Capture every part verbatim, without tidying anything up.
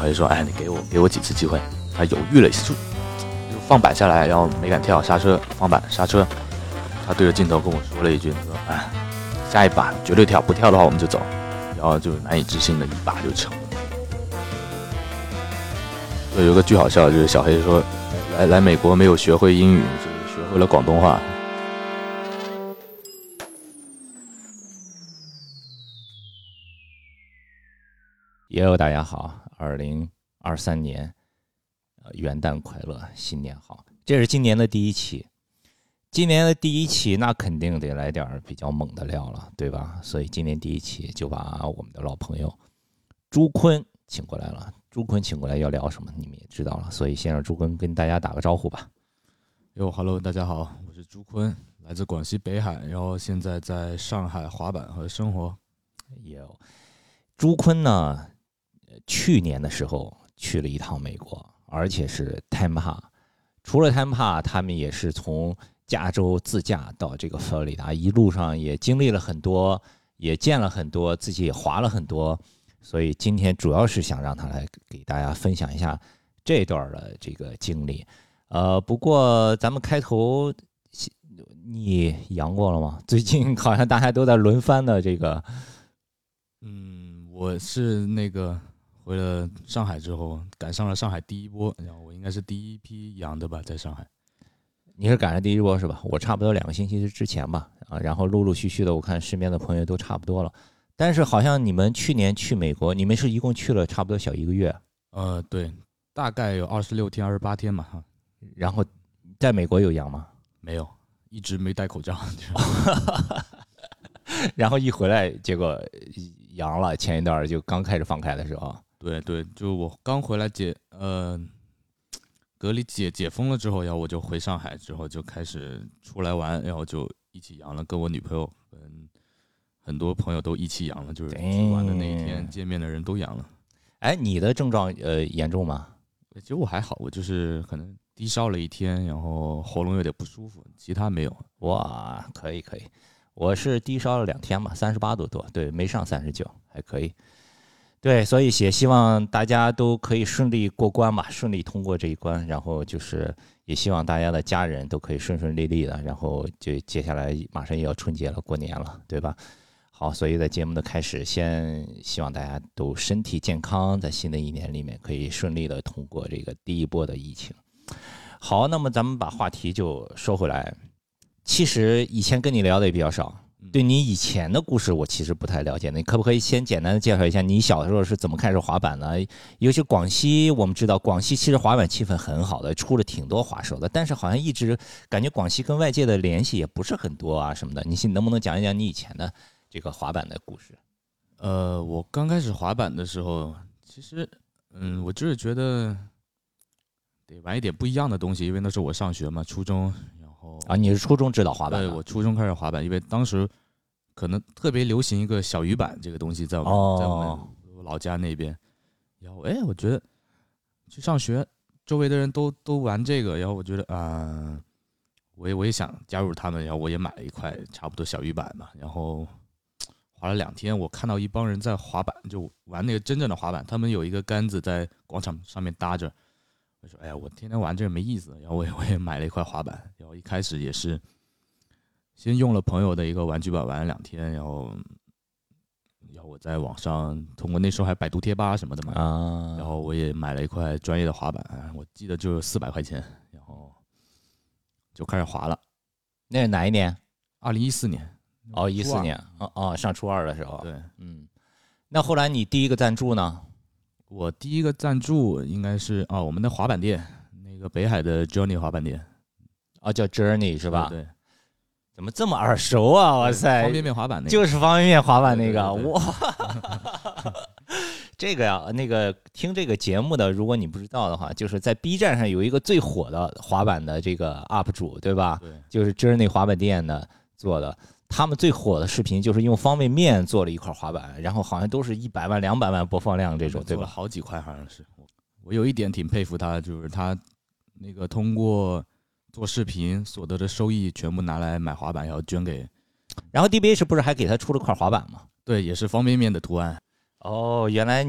黑说：“哎，你给我给我几次机会。”他犹豫了一下，就就放板下来，然后没敢跳，刹车放板刹车。他对着镜头跟我说了一句：“说哎，下一把绝对跳，不跳的话我们就走。”然后就难以置信的一把就成了。对，有个巨好笑，就是小黑说：“来来美国没有学会英语，就是学会了广东话。” 也有大家好，二零二三年，呃，元旦快乐，新年好！这是今年的第一期，今年的第一期那肯定得来点比较猛的料了，对吧？所以今年第一期就把我们的老朋友朱坤请过来了。朱坤请过来要聊什么，你们也知道了，所以先让朱坤跟大家打个招呼吧。 哟 ，Hello， 大家好，我是朱坤，来自广西北海，然后现在在上海滑板和生活。 有朱坤呢？去年的时候去了一趟美国，而且是 Tampa。除了 Tampa， 他们也是从加州自驾到这个佛罗里达，一路上也经历了很多，也见了很多，自己也滑了很多。所以今天主要是想让他来给大家分享一下这段的这个经历。呃，不过咱们开头，你阳过了吗？最近好像大家都在轮番的这个。 嗯，我是那个。回了上海之后，赶上了上海第一波，然后我应该是第一批阳的吧，在上海。 你是赶上第一波是吧？我差不多两个星期之前吧，啊，然后陆陆续续的，我看身边的朋友都差不多了。但是好像你们去年去美国，你们是一共去了差不多小一个月？ 呃，对，大概有二十六天、二十八天嘛。 然后在美国有阳吗？ 没有，一直没戴口罩。 然后一回来，结果阳了。前一段就刚开始放开的时候。 对对，就我刚回来解呃隔离解解封了之后，然后我就回上海之后就开始出来玩，然后就一起阳了，跟我女朋友跟很多朋友都一起阳了，就是去玩的那一天见面的人都阳了。 哎，你的症状呃严重吗？ 其实我还好，我就是可能低烧了一天，然后喉咙有点不舒服，其他没有。 哇，可以可以，我是低烧了两天吧，三十八度多，对，没上三十九，还可以。对，所以也希望大家都可以顺利过关吧，顺利通过这一关。然后就是也希望大家的家人都可以顺顺利利的。然后就接下来马上又要春节了，过年了，对吧？好，所以在节目的开始，先希望大家都身体健康，在新的一年里面可以顺利的通过这个第一波的疫情。好，那么咱们把话题就说回来。其实以前跟你聊的也比较少。对你以前的故事，我其实不太了解。你可不可以先简单的介绍一下你小时候是怎么开始滑板的？尤其广西，我们知道广西其实滑板气氛很好的，出了挺多滑手的，但是好像一直感觉广西跟外界的联系也不是很多啊什么的。你能不能讲一讲你以前的这个滑板的故事？ 呃，我刚开始滑板的时候，其实，嗯，我就是觉得得玩一点不一样的东西，因为那时候我上学嘛，初中。 啊，你是初中知道滑板？ 对，我初中开始滑板，因为当时可能特别流行一个小鱼板这个东西，在我们、哦、在我们老家那边。然后，哎，我觉得去上学，周围的人都都玩这个，然后我觉得啊、呃，我也我也想加入他们，然后我也买了一块差不多小鱼板嘛，然后滑了两天，我看到一帮人在滑板，就玩那个真正的滑板，他们有一个杆子在广场上面搭着。我说：“哎呀，我天天玩这个没意思。”然后我也我也买了一块滑板，然后一开始也是先用了朋友的一个玩具板玩了两天，然后然后我在网上通过那时候还百度贴吧什么的嘛，啊，然后我也买了一块专业的滑板，我记得就四百块钱，然后就开始滑了。 那是哪一年？ 二零一四年。 哦，一四年，哦哦，上初二的时候。 对， 嗯。那后来你第一个赞助呢？ 我第一个赞助应该是啊、哦，我们的滑板店，那个北海的 Journey 滑板店， 啊、哦，叫 Journey 是吧？ 对， 怎么这么耳熟啊？哇塞， 方便面滑板那个， 就是方便面滑板那个， 对对对对哇！这个呀，那个听这个节目的，如果你不知道的话，就是在 B 站上有一个最火的滑板的这个 U P 主，对吧？ 对， 就是 Journey 滑板店的做的。他们最火的视频就是用方便面做了一块滑板，然后好像都是一百万、两百万播放量这种，对吧？ 好几块好像是。我有一点挺佩服他，就是他那个通过做视频所得的收益全部拿来买滑板，然后捐给。 然后 D B H 不是还给他出了块滑板吗？ 对，也是方便面的图案。 哦，原来你的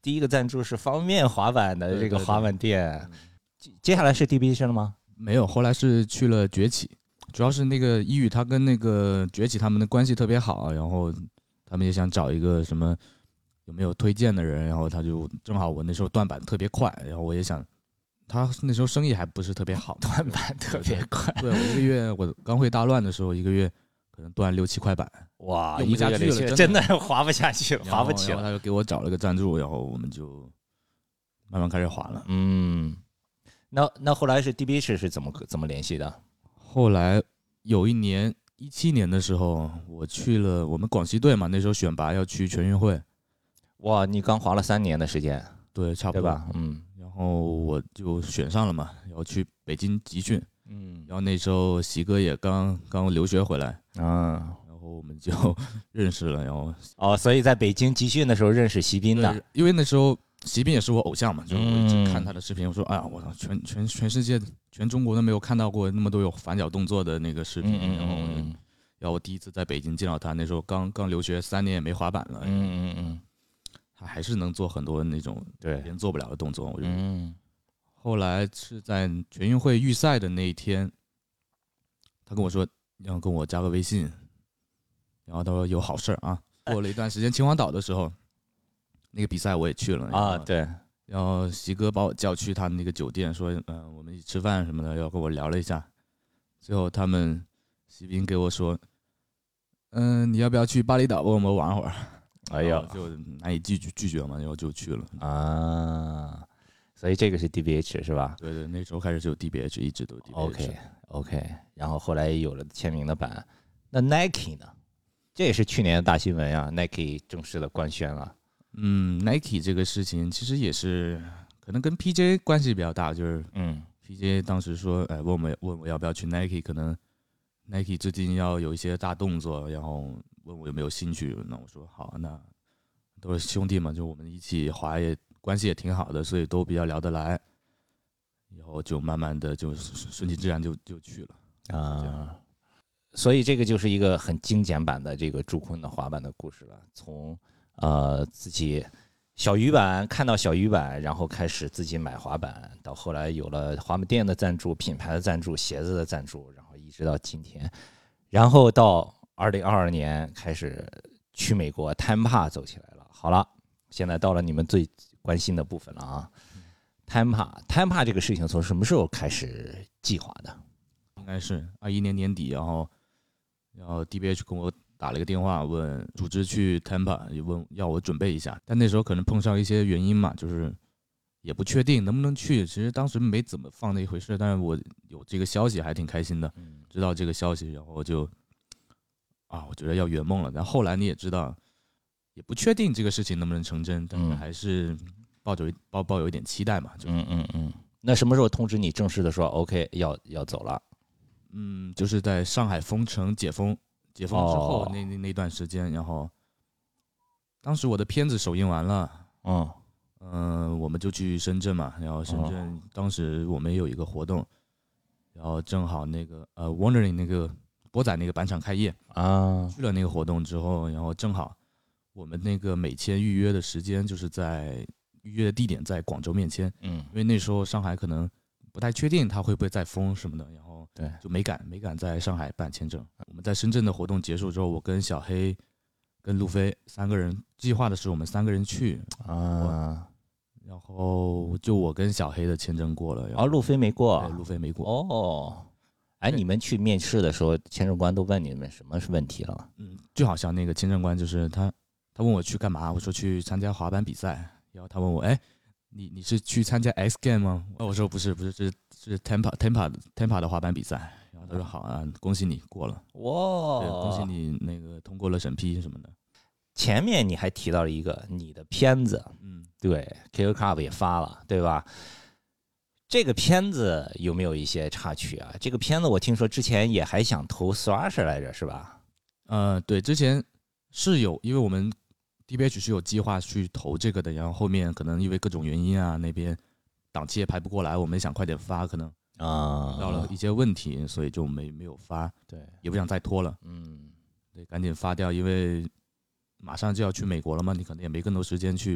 第一个赞助是方便滑板的这个滑板店。 对对对，接下来是 D B H 了吗？ 没有，后来是去了崛起，主要是那个一宇他跟那个崛起他们的关系特别好，然后他们也想找一个什么有没有推荐的人，然后他就正好我那时候断板特别快，然后我也想，他那时候生意还不是特别好， 断板特别快。 对，我一个月我刚会大乱的时候，一个月可能断六七块板， 哇， 用不下去了， 真的滑不下去了，滑不起了。 然后他就给我找了个赞助，然后我们就慢慢开始滑了。 嗯。那那后来是 D B H 是怎么怎么联系的？ 后来有一年一七年的时候，我去了我们广西队嘛，那时候选拔要去全运会。 哇，你刚滑了三年的时间？ 对，差不多对吧？嗯。 然后我就选上了嘛，然后去北京集训。 嗯。 然后那时候习哥也刚刚留学回来， 嗯， 然后我们就认识了。然后哦，所以在北京集训的时候认识习斌的， 因为那时候。习斌也是我偶像嘛，就我一直看他的视频，我说哎呀，我操，全全全世界全中国都没有看到过那么多有反脚动作的那个视频， 嗯、 然后然后我第一次在北京见到他，那时候刚刚留学三年也没滑板了， 嗯嗯嗯， 他还是能做很多那种对别人做不了的动作，我觉得。 嗯。 后来是在全运会预赛的那一天，他跟我说要跟我加个微信，然后他说有好事啊。过了一段时间，秦皇岛的时候。那个比赛我也去了啊，对， 然后习哥把我叫去他那个酒店，说，嗯、呃，我们一起吃饭什么的，要跟我聊了一下。最后他们习斌给我说，嗯、呃，你要不要去巴厘岛跟我们玩会儿？ 哎呀， 就难以拒拒拒绝嘛，然后就去了啊。所以这个是 D B H 是吧？ 对对，那时候开始就 D B H， 一直都 D B H。 OK OK， 然后后来有了签名的版。那 Nike 呢？这也是去年的大新闻呀、啊、，Nike 正式的官宣了。 嗯 ，Nike 这个事情其实也是可能跟 P J 关系比较大，就是嗯 ，P J 当时说，哎，问我问我要不要去 Nike， 可能 Nike 最近要有一些大动作，然后问我有没有兴趣，那我说好，那都是兄弟嘛，就我们一起滑也关系也挺好的，所以都比较聊得来，然后就慢慢的就顺其自然就就去了啊。所以这个就是一个很精简版的这个朱坤的滑板的故事了，从。呃，自己小鱼板看到小鱼板，然后开始自己买滑板，到后来有了滑板店的赞助、品牌的赞助、鞋子的赞助，然后一直到今天，然后到二零二二年开始去美国 Tampa 走起来了。好了，现在到了你们最关心的部分了啊 ！Tampa Tampa 这个事情从什么时候开始计划的？ 应该是二一年年底，然后然后 D B H 跟我。打了一个电话问组织去 Tampa， 也问要我准备一下，但那时候可能碰上一些原因嘛，就是也不确定能不能去。其实当时没怎么放那一回事，但是我有这个消息还挺开心的，知道这个消息，然后就啊，我觉得要圆梦了。但后来你也知道，也不确定这个事情能不能成真，但是还是抱着抱抱有一点期待嘛。就嗯嗯嗯。那什么时候通知你正式的说 OK 要要走了？ 嗯，就是在上海封城解封。解封之后那那那段时间，然后当时我的片子首映完了， 嗯嗯、呃，我们就去深圳嘛，然后深圳当时我们也有一个活动，然后正好那个呃 Wondering 那个波仔那个板厂开业啊， 去了那个活动之后，然后正好我们那个美签预约的时间就是在预约的地点在广州面签， 嗯， 因为那时候上海可能不太确定他会不会再封什么的，然后对就没敢没敢在上海办签证。我们在深圳的活动结束之后，我跟小黑、跟路飞三个人计划的是我们三个人去啊， 然后就我跟小黑的签证过了， 哦，路飞没过， 对，路飞没过。 哦，哎，你们去面试的时候，签证官都问你们什么问题了？ 嗯，就好像那个签证官就是他，他问我去干嘛，我说去参加滑板比赛，然后他问我，哎。你你是去参加 X Game 吗？哦，我说不是不是，是是 Tampa Tampa Tampa 的滑板比赛。然后他说好啊，恭喜你过了。 哇， 恭喜你那个通过了审批什么的。 前面你还提到了一个你的片子， 嗯， 对 ，K O Club 也发了，对吧？这个片子有没有一些插曲啊？这个片子我听说之前也还想投 Thrasher 来着，是吧？ 呃，对，之前是有，因为我们。D B H 是有计划去投这个的，然后后面可能因为各种原因啊，那边档期也排不过来，我们想快点发，可能啊遇到了一些问题，所以就没没有发。 对， 也不想再拖了。 嗯， 对，赶紧发掉，因为马上就要去美国了嘛，你可能也没更多时间去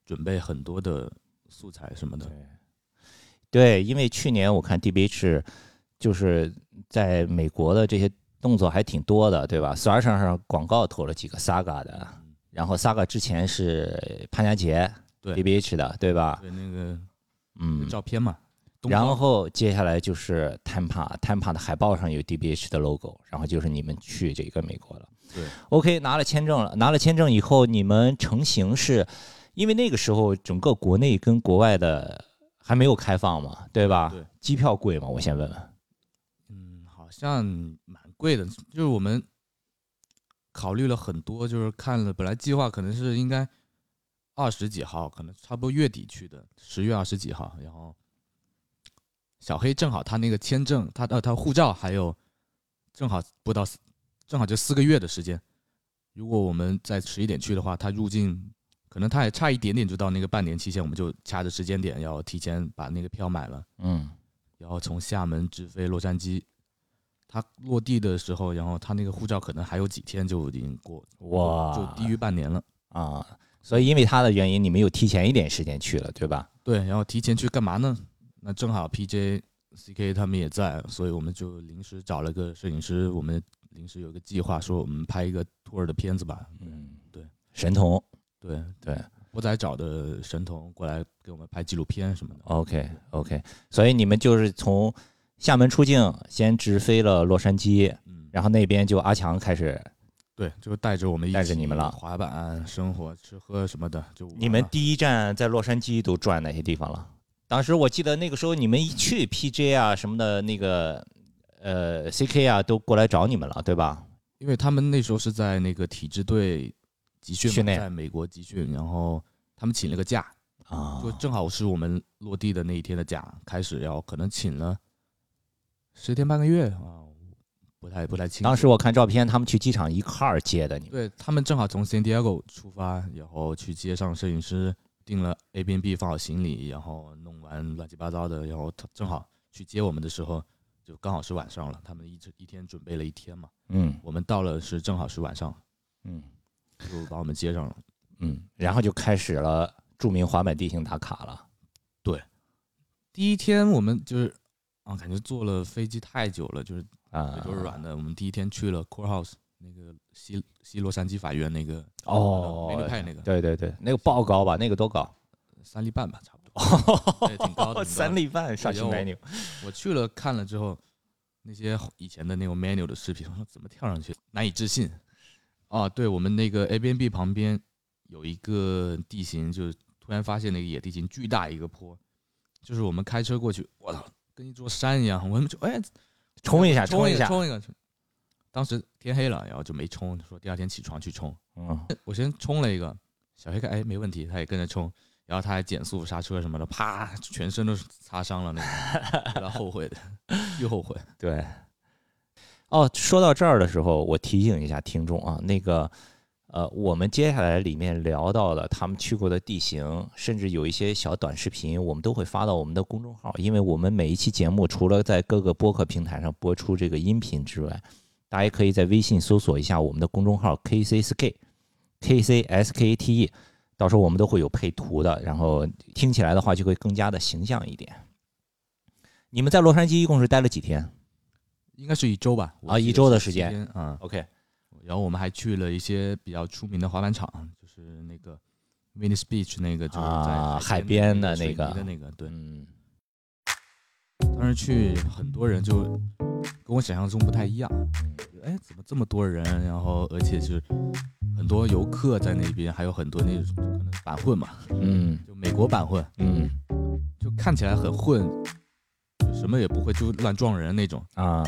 准备很多的素材什么的。 对，对，因为去年我看 D B H 就是在美国的这些动作还挺多的，对吧 ？Swatch 上广告投了几个 Saga 的，然后 Saga 之前是潘家杰对 D B H 的，对吧？ 对，那个嗯照片嘛。 然后接下来就是 Tampa，Tampa 的海报上有 D B H 的 logo， 然后就是你们去这个美国了。 对 ，OK， 拿了签证了，拿了签证以后，你们成型是，因为那个时候整个国内跟国外的还没有开放嘛，对吧？ 对， 机票贵吗？我先问问。 嗯，好像蛮贵的，就是我们考虑了很多，就是看了，本来计划可能是应该二十几号，可能差不多月底去的，十月二十几号，然后小黑正好他那个签证，他呃他护照还有正好不到，正好就四个月的时间。如果我们再迟一点去的话，他入境可能他也差一点点就到那个半年期限，我们就掐着时间点要提前把那个票买了。 嗯， 然后从厦门直飞洛杉矶。他落地的时候，然后他那个护照可能还有几天就已经过， 哇， 就低于半年了啊！所以因为他的原因，你们又提前一点时间去了，对吧？ 对，然后提前去干嘛呢？那正好 P J、C K 他们也在，所以我们就临时找了个摄影师，我们临时有个计划，说我们拍一个 tour 的片子吧。 嗯， 对， 神童， 对对， 我仔找的神童过来给我们拍纪录片什么的。 OK OK， 所以你们就是从厦门出境，先直飞了洛杉矶，嗯，然后那边就阿强开始， 对，就带着我们一起带着你们了， 滑板、生活、吃喝什么的。就你们第一站在洛杉矶都转哪些地方了？当时我记得那个时候你们一去 P J 啊什么的，那个呃 C K 啊都过来找你们了，对吧？ 因为他们那时候是在那个体制队集训， 训练， 在美国集训，然后他们请了个假啊，就正好是我们落地的那一天的假，开始要可能请了十天半个月啊，不太不太清楚。 当时我看照片，他们去机场一块儿接的你们。 对，他们正好从 San Diego 出发，然后去接上摄影师，订了 Airbnb 放好行李，然后弄完乱七八糟的，然后他正好去接我们的时候，就刚好是晚上了。他们一一天准备了一天嘛， 嗯， 我们到了是正好是晚上， 嗯， 就把我们接上了， 嗯，然后就开始了著名滑板地形打卡了。 对，第一天我们就是啊，感觉坐了飞机太久了，就是腿都是软的。我们第一天去了 Courthouse 那个西西洛杉矶法院那个哦， 美女派那个， 对对对，那个爆高吧？那个多高？ 三厘半吧，差不多，对，挺高的。 三厘半上新 menu， 我去了看了之后，那些以前的那种 menu 的视频，我说怎么跳上去，难以置信。啊，对，我们那个 Airbnb 旁边有一个地形，就突然发现那个野地形巨大一个坡，就是我们开车过去，我操，跟一座山一样。我们就哎， 冲一下， 冲一下， 冲一个。当时天黑了，然后就没冲，说第二天起床去冲。嗯，我先冲了一个，小黑看哎没问题，他也跟着冲，然后他还减速刹车什么的，啪，全身都是擦伤了，那个，有点后悔的，巨后悔。 对。哦，说到这儿的时候，我提醒一下听众啊，那个，呃，我们接下来里面聊到了他们去过的地形，甚至有一些小短视频，我们都会发到我们的公众号，因为我们每一期节目除了在各个播客平台上播出这个音频之外，大家也可以在微信搜索一下我们的公众号 K C S K K C S K A T E， 到时候我们都会有配图的，然后听起来的话就会更加的形象一点。你们在洛杉矶一共是待了几天？ 应该是一周吧， 啊，一周的时间啊。 OK， 然后我们还去了一些比较出名的滑板场，就是那个 Venice Beach 那个，就是在海边的那个的那个，对。 嗯。 当时去很多人，就跟我想象中不太一样。哎，怎么这么多人？然后而且是很多游客在那边，还有很多那种可能板混嘛， 嗯， 就美国板混， 嗯， 就看起来很混，就什么也不会，就乱撞人那种啊。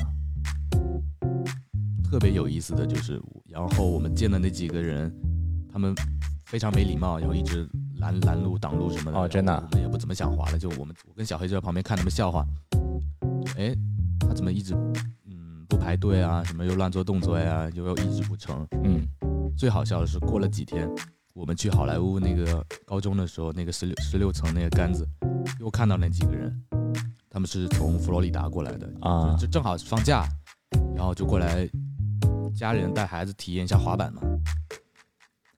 特别有意思的就是，然后我们见的那几个人，他们非常没礼貌，然后一直拦拦路、挡路什么的。 哦，真的， 我们也不怎么想滑了，就我们我跟小黑就在旁边看他们笑话。哎，他怎么一直嗯不排队啊？什么又乱做动作呀？又又一直不成。 嗯， 最好笑的是，过了几天，我们去好莱坞那个高中的时候，那个十六十六层那个杆子，又看到那几个人，他们是从佛罗里达过来的啊，就正好放假，然后就过来。家人带孩子体验一下滑板嘛，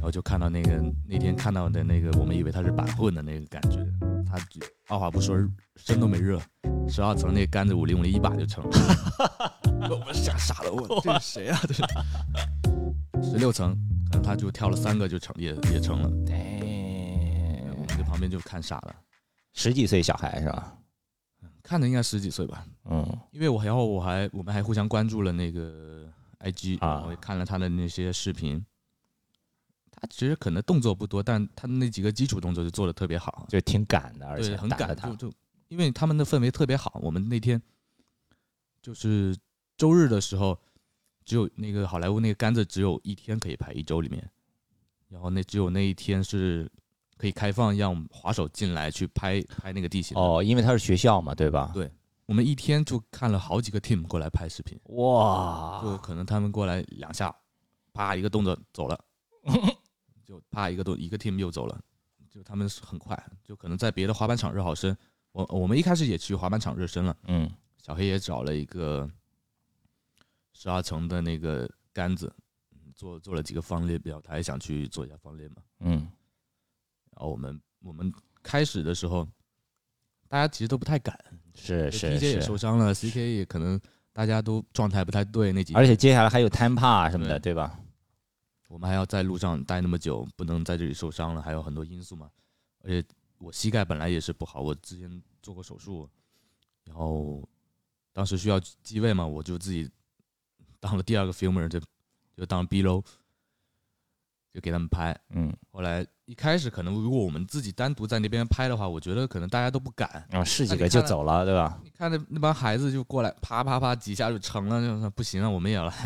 然后就看到那个那天看到的那个，我们以为它是板混的那个感觉，它二话不说，身都没热，十二层那个杆子五零五零一把就成了，我们吓傻了，我这是谁啊？这是十六层，可能他就跳了三个就成，也也成了。对，我们在旁边就看傻了。 十几岁小孩是吧？ 看的应该十几岁吧。嗯，因为我然后我还我们还互相关注了那个 I G， 然后也看了他的那些视频。他其实可能动作不多，但他那几个基础动作就做的特别好， 就挺赶的，而且对很赶，就就因为他们的氛围特别好。我们那天就是周日的时候，只有那个好莱坞那个杆子只有一天可以拍，一周里面，然后那只有那一天是可以开放让滑手进来去拍拍那个地形。 哦，因为他是学校嘛，对吧？ 对，我们一天就看了好几个 team 过来拍视频。 哇， 就可能他们过来两下，啪一个动作走了。就啪一个都一个 team 又走了，就他们很快，就可能在别的滑板场热好身。我我们一开始也去滑板场热身了，嗯，小黑也找了一个十二层的那个杆子，做做了几个方列表，他也想去做一下方列嘛，嗯，然后我们我们开始的时候，大家其实都不太敢， 是是 ，P J 也受伤了 ，C K 也可能大家都状态不太对那几天， 而且接下来还有 Tampa 什么的，对吧？ 我们还要在路上待那么久，不能在这里受伤了，还有很多因素嘛。而且我膝盖本来也是不好，我之前做过手术，然后当时需要机位嘛，我就自己当了第二个 filmer， 就就当 B low， 就给他们拍。嗯，后来一开始可能如果我们自己单独在那边拍的话，我觉得可能大家都不敢。 啊，试几个就走了，对吧？ 你看那那帮孩子就过来，啪啪啪几下就成了，就说不行了，我们也要来。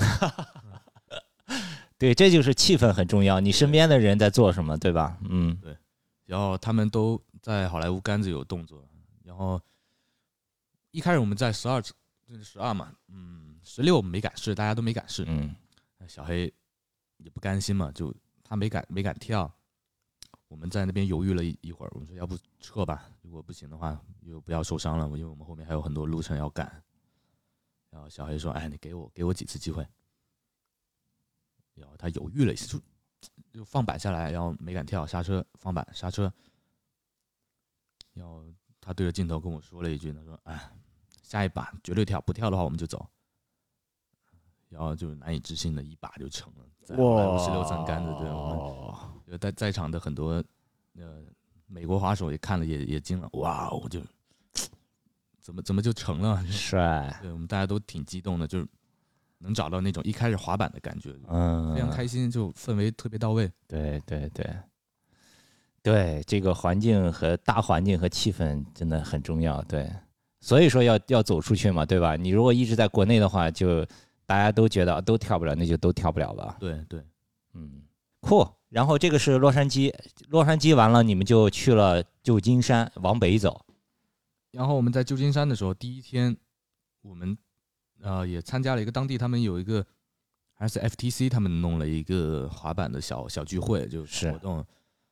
对，这就是气氛很重要。你身边的人在做什么，对吧？嗯， 对。然后他们都在好莱坞杆子有动作，然后一开始我们在十二，就是十二嘛，嗯，十六没敢试，大家都没敢试。嗯，小黑也不甘心嘛，就他没敢没敢跳。我们在那边犹豫了一一会儿，我们说要不撤吧，如果不行的话，又不要受伤了，因为我们后面还有很多路程要赶。然后小黑说：“哎，你给我给我几次机会。”然后他犹豫了一下，就就放板下来，然后没敢跳，刹车放板刹车。然后他对着镜头跟我说了一句：“他说，哎，下一把绝对跳，不跳的话我们就走。”然后就难以置信的一把就成了，在五十六层杆子，对，我们在在场的很多呃美国滑手也看了也也惊了，哇，我就怎么怎么就成了， 帅！ 对，我们大家都挺激动的，就是能找到那种一开始滑板的感觉，嗯，非常开心，就氛围特别到位。 对对对，对，这个环境和大环境和气氛真的很重要，对，所以说要要走出去嘛，对吧？你如果一直在国内的话，就大家都觉得都跳不了，那就都跳不了吧。 对对， 嗯，酷。然后这个是洛杉矶，洛杉矶完了，你们就去了旧金山，往北走。 然后我们在旧金山的时候，第一天我们呃也参加了一个当地他们有一个还是 F T C 他们弄了一个滑板的小小聚会，就是活动。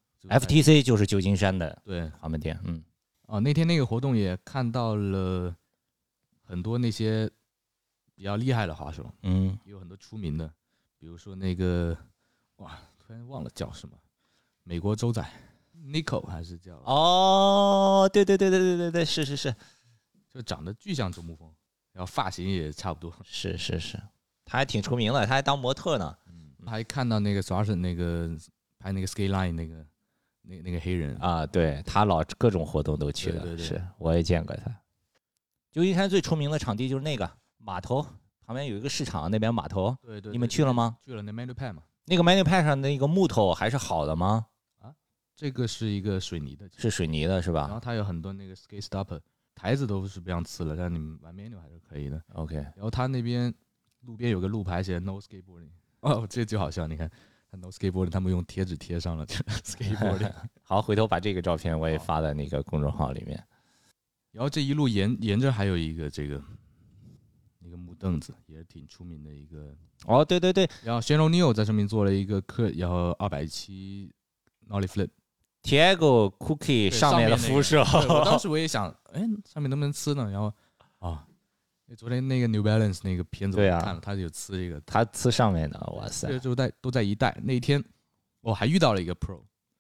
F T C 就是旧金山的对滑板店，嗯， 啊，那天那个活动也看到了很多那些比较厉害的滑手，嗯，有很多出名的，比如说那个哇，突然忘了叫什么，美国周仔 Nico 还是叫哦，对对对对对对对，是是是， 就长得巨像周沐风，然后发型也差不多， 是是是，他还挺出名的，他还当模特呢， 嗯，还看到那个 Swarson 那个拍那个 Skyline 那个。那那个黑人啊，对他老各种活动都去的， 对对对是我也见过他。旧金山最出名的场地就是那个码头旁边有一个市场，那边码头， 对 对, 对， 你们去了吗？ 去了，那 Manu Pad 嘛。 那个 Manu Pad 上那个木头还是好的吗？ 啊，这个是一个水泥的， 是水泥的是吧？ 然后它有很多那个 skate stopper， 台子都是不让呲了，但你们玩 Manu 还是可以的。 OK， 然后他那边路边有个路牌写 No skateboarding， 哦，这就好笑，你看。No skateboarding， 他们用贴纸贴上了 skateboarding。 好，回头把这个照片我也发在那个公众号里面。 然后这一路沿沿着还有一个这个一个木凳子，也是挺出名的一个。 哦，对对对。 然后 Shane O'Neill 在上面做了一个课，然后二百七 nollie flip。Tiago Cookie 上面的扶手， 我当时我也想，哎，上面能不能呲呢？然后啊。昨天那个 New Balance 那个片子我看了，啊、他有呲这个， 他呲上面的，哇塞， 这就在都在一带。那一天我还遇到了一个 Pro，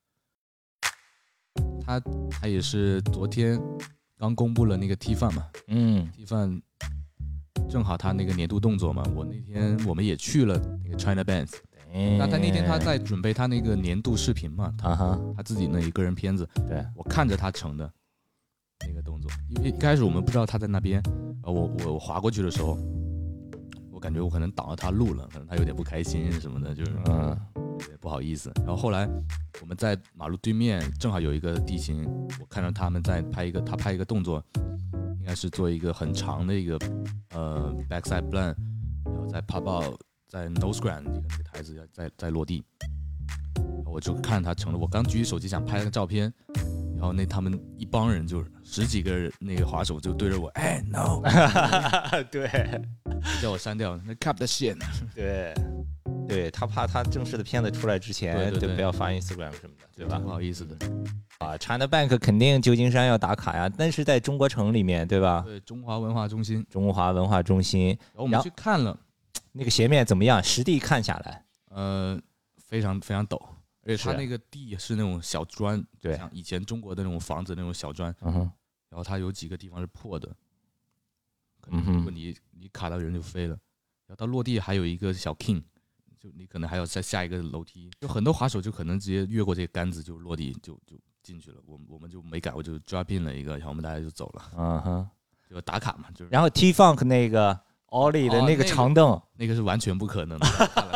他他也是昨天刚公布了那个 T 范嘛， 嗯 ，T 范正好他那个年度动作嘛，我那天我们也去了那个 China Bands，那他那天他在准备他那个年度视频嘛，他、uh-huh. 他自己那一个人片子， 对， 我看着他成的那个动作，因为一开始我们不知道他在那边，呃，我我我滑过去的时候，我感觉我可能挡了他路了，可能他有点不开心什么的，就是嗯，有点不好意思。然后后来我们在马路对面正好有一个地形，我看到他们在拍一个，他拍一个动作，应该是做一个很长的一个呃 backside blend， 然后再 pop out。在 nose grind 一个那个台子在在落地，我就看他成了。我刚举起手机想拍那个照片，然后那他们一帮人就十几个那个滑手就对着我，哎 no， 对， 叫我删掉，那 cut the shit。 对，对他怕他正式的片子出来之前， 对对对， 不要发 Instagram 什么的，对吧？ 不好意思的。 啊 ，China Bank 肯定旧金山要打卡呀，但是在中国城里面，对吧？ 对，中华文化中心。 中华文化中心。 然后我们去看了。 那个斜面怎么样？实地看下来， 呃，非常非常陡，而且它那个地是那种小砖， 对， 像以前中国的那种房子那种小砖， 嗯哼， 然后它有几个地方是破的，可能如果你你卡到人就飞了，然后到落地还有一个小 king， 就你可能还要再下一个楼梯，就很多滑手就可能直接越过这个杆子就落地就就进去了，我们我们就没改，我就 drop in 了一个，然后我们大家就走了， 嗯哼， 就打卡嘛，就是。 然后 T Funk 那个。奥利的那个长凳、 哦那個，那个是完全不可能的。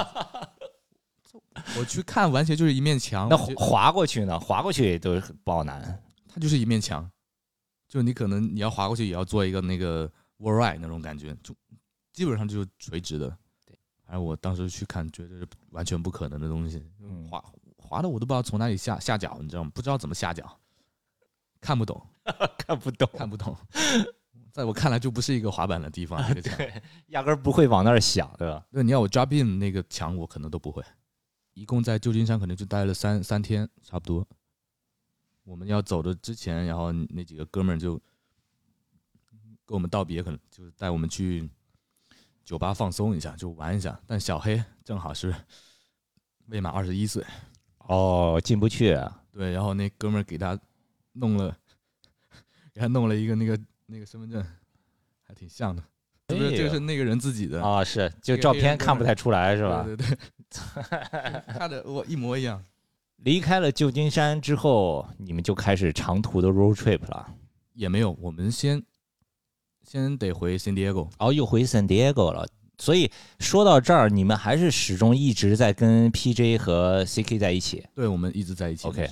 我去看，完全就是一面墙。 那滑过去呢？滑过去都不好难。 它就是一面墙，就你可能你要滑过去，也要做一个那个 wall ride 那种感觉，就基本上就是垂直的。反正我当时去看，觉得是完全不可能的东西。嗯、滑滑的我都不知道从哪里下下脚，你知道吗？不知道怎么下脚，看不懂， 看不懂， 看不懂。在我看来就不是一个滑板的地方，那个墙对，压根儿不会往那儿想，对吧？ 对，你要我 drop in 那个墙，我可能都不会。一共在旧金山可能就待了三三天，差不多。我们要走的之前，然后那几个哥们儿就跟我们道别，可能就带我们去酒吧放松一下，就玩一下。但小黑正好是未满二十一岁， 哦，进不去啊。 对，然后那哥们儿给他弄了，给他弄了一个那个。那个身份证还挺像的，是不是？这个是那个人自己的啊、哦，是，就照片看不太出来，是吧？ 对对对，看着我一模一样。 离开了旧金山之后，你们就开始长途的 road trip 了？ 也没有，我们先先得回 San Diego， 哦，又回 San Diego 了。所以说到这儿，你们还是始终一直在跟 P J 和 C K 在一起？ 对，我们一直在一起。 OK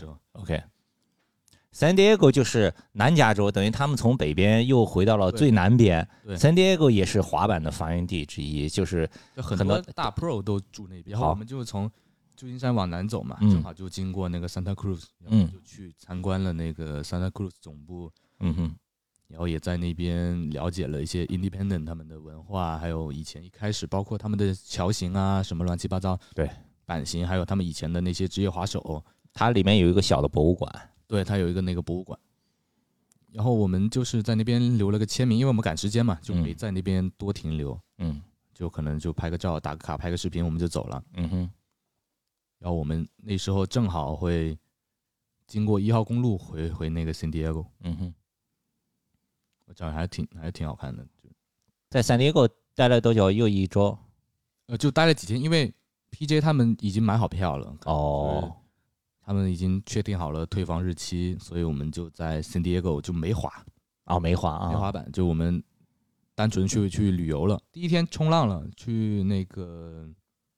OK。San Diego 就是南加州，等于他们从北边又回到了最南边。San Diego 也是滑板的发源地之一，就是很多大 Pro 都住那边。然后我们就从旧金山往南走嘛， 嗯、 正好就经过那个 Santa Cruz， 然后就去参观了那个 Santa Cruz 总部。 嗯哼， 然后也在那边了解了一些 Independent 他们的文化，还有以前一开始包括他们的桥型啊，什么乱七八糟， 对， 版型，还有他们以前的那些职业滑手。 它里面有一个小的博物馆。 对，他有一个那个博物馆，然后我们就是在那边留了个签名，因为我们赶时间嘛，就没在那边多停留， 嗯， 就可能就拍个照、打个卡、拍个视频，我们就走了， 嗯哼。 然后我们那时候正好会经过一号公路回回那个 San Diego， 嗯哼， 我觉得还挺还挺好看的。就在 San Diego 待了多久？又一周？ 呃，就待了几天，因为 P J 他们已经买好票了。 哦。 他们已经确定好了退房日期，所以我们就在 San Diego 就没滑啊、哦，没滑啊， 没滑板，就我们单纯去去旅游了。第一天冲浪了，去那个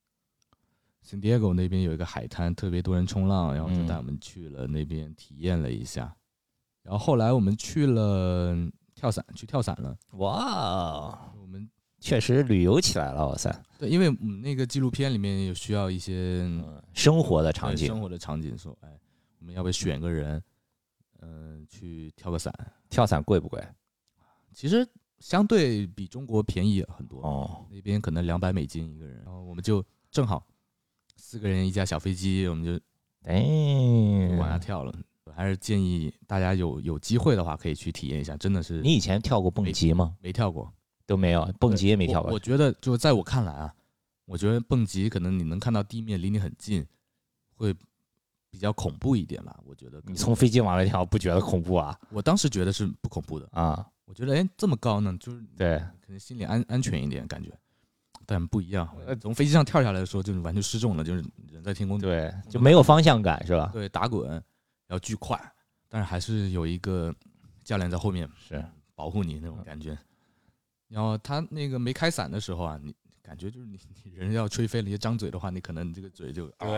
San Diego 那边有一个海滩，特别多人冲浪，然后就带我们去了那边体验了一下。嗯、然后后来我们去了跳伞，去跳伞了。 哇， 我们确实旅游起来了，哇塞！ 对，因为我们那个纪录片里面有需要一些、 嗯、生活的场景， 生活的场景，说，哎，我们要不要选个人，嗯、呃，去跳个伞？ 跳伞贵不贵？ 其实相对比中国便宜很多哦， 那边可能两百美金一个人，然后我们就正好四个人一架小飞机，我们就哎往下跳了。还是建议大家有有机会的话可以去体验一下，真的是。 你以前跳过蹦极吗？ 没, 没跳过。 都没有，蹦极也没跳过。 我, 我觉得，就在我看来啊，我觉得蹦极可能你能看到地面离你很近， 会比较恐怖一点吧，我觉得。 你从飞机往那跳不觉得恐怖啊？ 我当时觉得是不恐怖的啊， 我觉得哎这么高呢，就是对， 可能心里安安全一点感觉。但不一样，从飞机上跳下来的时候，就是完全失重了，就是人在天空， 对，就没有方向感是吧？ 对，打滚，然后巨快，但是还是有一个教练在后面是保护你那种感觉。然后他那个没开伞的时候啊，你感觉就是你你人要吹飞了，一张嘴的话，你可能你这个嘴就对。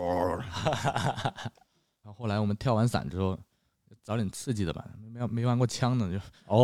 然后后来我们跳完伞之后，找点刺激的吧，没没玩过枪呢，就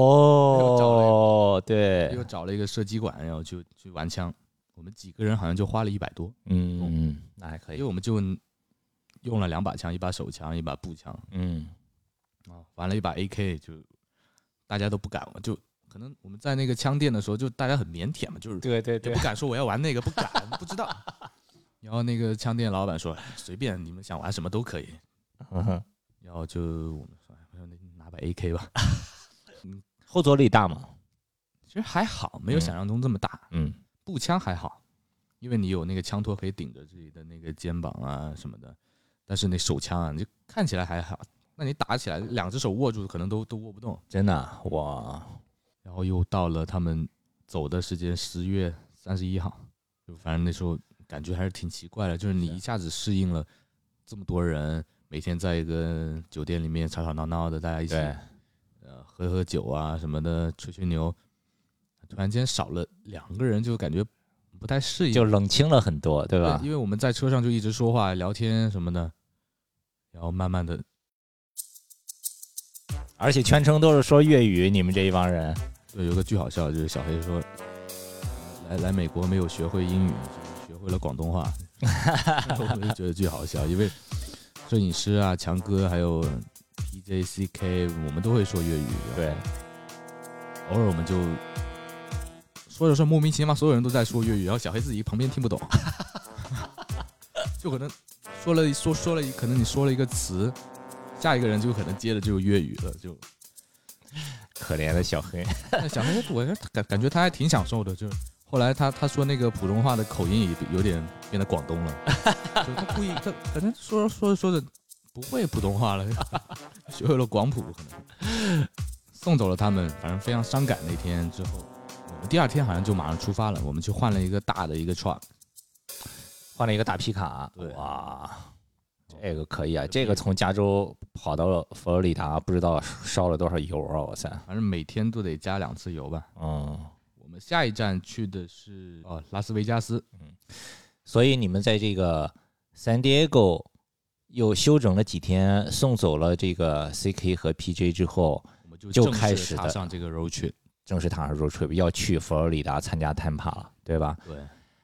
哦，对， 又找了一个射击馆，然后就去玩枪。我们几个人好像就花了一百多， 嗯嗯，那还可以， 因为我们就用了两把枪，一把手枪，一把步枪， 嗯， 啊，玩了一把 A K， 就大家都不敢，就可能我们在那个枪店的时候，就大家很腼腆嘛，就是对对对， 不敢说我要玩那个，不敢，不知道。然后那个枪店老板说，随便你们想玩什么都可以。 嗯、 然后就我们说，拿把 A K 吧。 嗯，后坐力大吗？ 其实还好，没有想象中这么大。 嗯， 步枪还好，因为你有那个枪托可以顶着自己的那个肩膀啊什么的。但是那手枪啊，你就看起来还好，那你打起来，两只手握住可能都都握不动。 真的、啊、哇！ 然后又到了他们走的时间，十月三十一号，就反正那时候感觉还是挺奇怪的，就是你一下子适应了这么多人，每天在一个酒店里面吵吵闹闹的，大家一起呃喝喝酒啊什么的，吹吹牛，突然间少了两个人，就感觉不太适应， 就冷清了很多，对吧？ 对，因为我们在车上就一直说话聊天什么的，然后慢慢的， 而且全程都是说粤语，你们这一帮人。 对，有个巨好笑，就是小黑说，来来美国没有学会英语，就是学会了广东话，我就觉得巨好笑，因为摄影师啊、强哥还有 P J C K， 我们都会说粤语， 对， 偶尔我们就说着说莫名其妙，所有人都在说粤语，然后小黑自己旁边听不懂，就可能说了说说了，可能你说了一个词，下一个人就可能接的就是粤语了，就。 可怜的小黑， 小黑，我感感觉他还挺享受的，就是后来他他说那个普通话的口音也有点变得广东了，就他故意他可能说说着说着不会普通话了，学会了广普，可能送走了他们，反正非常伤感。那天之后，我们第二天好像就马上出发了，我们去换了一个大的一个 truck， 换了一个大皮卡， 对， 哇。这个可以啊，这个从加州跑到了佛罗里达，不知道烧了多少油啊！我塞， 反正每天都得加两次油吧。 嗯， 我们下一站去的是哦拉斯维加斯， 嗯，所以你们在这个 San Diego 又休整了几天，送走了这个 C K 和 P J 之后， 我们就就开始踏上这个 road trip， 正式踏上 road trip， 要去佛罗里达参加 Tampa 了，对吧？ 对。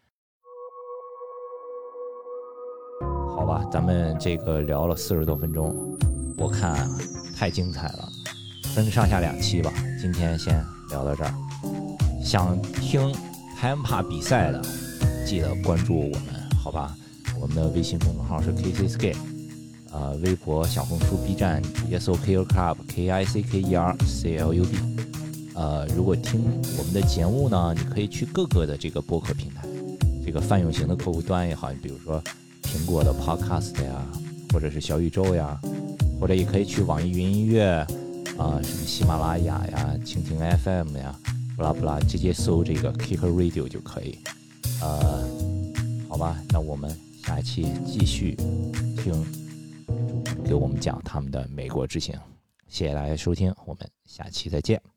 好吧，咱们这个聊了四十多分钟，我看太精彩了，分上下两期吧。今天先聊到这儿。想听 Tampa 比赛的，记得关注我们，好吧？我们的微信公众号是 K C Skate， 呃，微博、小红书、B 站直接搜 K O Club K I C K E R C L U B。呃，如果听我们的节目呢，你可以去各个的这个播客平台，这个泛用型的客户端也好，你比如说。苹果的 Podcast 呀，或者是小宇宙呀，或者也可以去网易云音乐啊、呃，什么喜马拉雅呀、蜻蜓 F M 呀，不拉不拉，直接搜这个 Kicker Radio 就可以。呃，好吧，那我们下一期继续听给我们讲他们的美国之行。谢谢大家收听，我们下期再见。